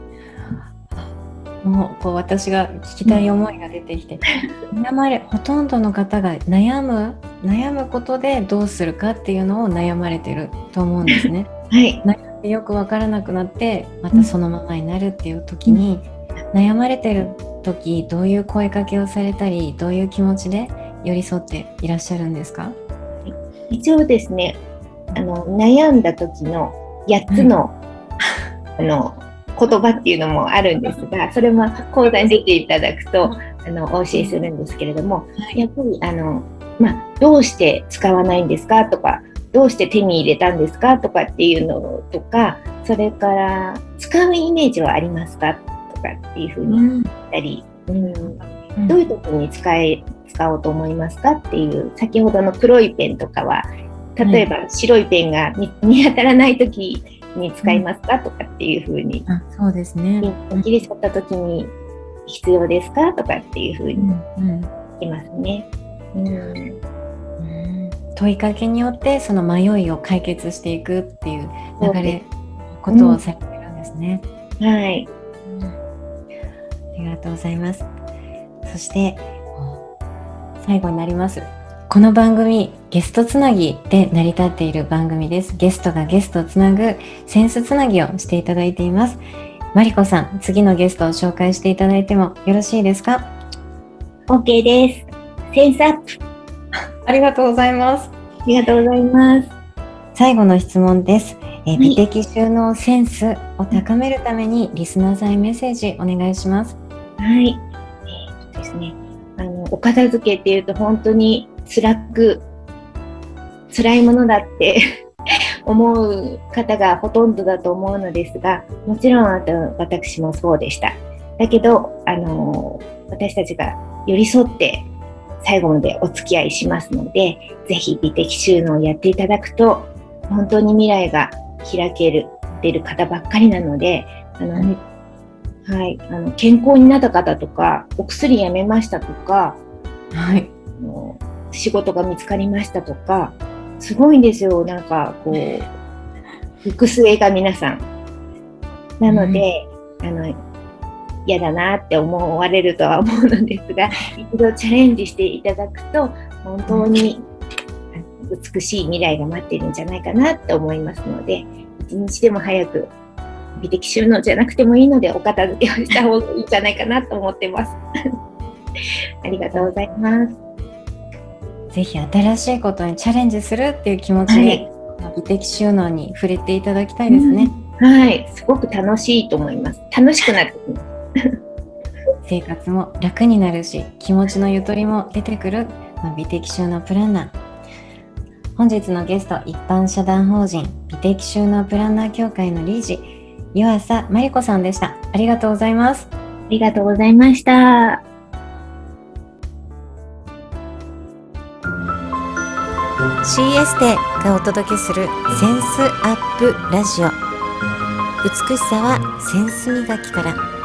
[SPEAKER 1] もうこう私が聞きたい思いが出てきて、うん、悩まれほとんどの方が悩む悩むことでどうするかっていうのを悩まれてると思うんですね。
[SPEAKER 2] はい、
[SPEAKER 1] 悩んでよく分からなくなってまたそのままになるっていう時に、うん、悩まれてる時どういう声かけをされたり、どういう気持ちで寄り添っていらっしゃるんですか？
[SPEAKER 2] 一応ですね、あの悩んだ時のやっつの、はい、あの言葉っていうのもあるんですが、それも講座に出ていただくとあのお教えするんですけれども、やっぱりあの、まあ、どうして使わないんですかとか、どうして手に入れたんですかとかっていうのとか、それから使うイメージはありますかとかっていうふうに言ったり、うんうん、どういう時に使え使おうと思いますかっていう、先ほどの黒いペンとかは例えば白いペンが 見, 見当たらない時に使いますかとかっていうふうに、
[SPEAKER 1] あ、そうですね、
[SPEAKER 2] 切り取った時に必要ですかとかっていうふうに聞きますね。うんうん
[SPEAKER 1] うん、問いかけによってその迷いを解決していくっていう流れことをされてるんですね。
[SPEAKER 2] うん、はい、
[SPEAKER 1] うん、ありがとうございます。そして最後になります。この番組ゲストつなぎで成り立っている番組です。ゲストがゲストをつなぐセンスつなぎをしていただいています。マリコさん、次のゲストを紹介していただいてもよろしいですか？
[SPEAKER 2] OK です。センスアップ。
[SPEAKER 1] ありがとうございます。
[SPEAKER 2] ありがとうございます。
[SPEAKER 1] 最後の質問です。 えー、美的収納センスを高めるためにリスナーさんへメッセージお願いします。
[SPEAKER 2] はい、えー、とですね、あのお片付けっていうと本当に辛く辛いものだって思う方がほとんどだと思うのですが、もちろん私もそうでした。だけど、あの私たちが寄り添って最後までお付き合いしますので、ぜひ美的収納をやっていただくと本当に未来が開ける出る方ばっかりなので、あの、はいはい、あの健康になった方とか、お薬やめましたとか、はい、仕事が見つかりましたとか、すごいんですよ。なんかこう行く末が皆さんなので、うん、あの嫌だなって思われるとは思うのですが、一度チャレンジしていただくと本当に美しい未来が待っているんじゃないかなって思いますので、一日でも早く美的収納じゃなくてもいいのでお片付けをした方がいいんじゃないかなと思ってますありがとうございます。
[SPEAKER 1] ぜひ新しいことにチャレンジするっていう気持ちで、はい、美的収納に触れていただきたいですね、
[SPEAKER 2] うん、はい、すごく楽しいと思います。楽しくなってきます
[SPEAKER 1] 生活も楽になるし、気持ちのゆとりも出てくる美的収納プランナー。本日のゲスト、一般社団法人美的収納プランナー協会の理事、湯浅真理子さんでした。ありがとうございます。
[SPEAKER 2] ありがとうございました。
[SPEAKER 1] シーエス テがお届けするセンスアップラジオ。美しさはセンス磨きから。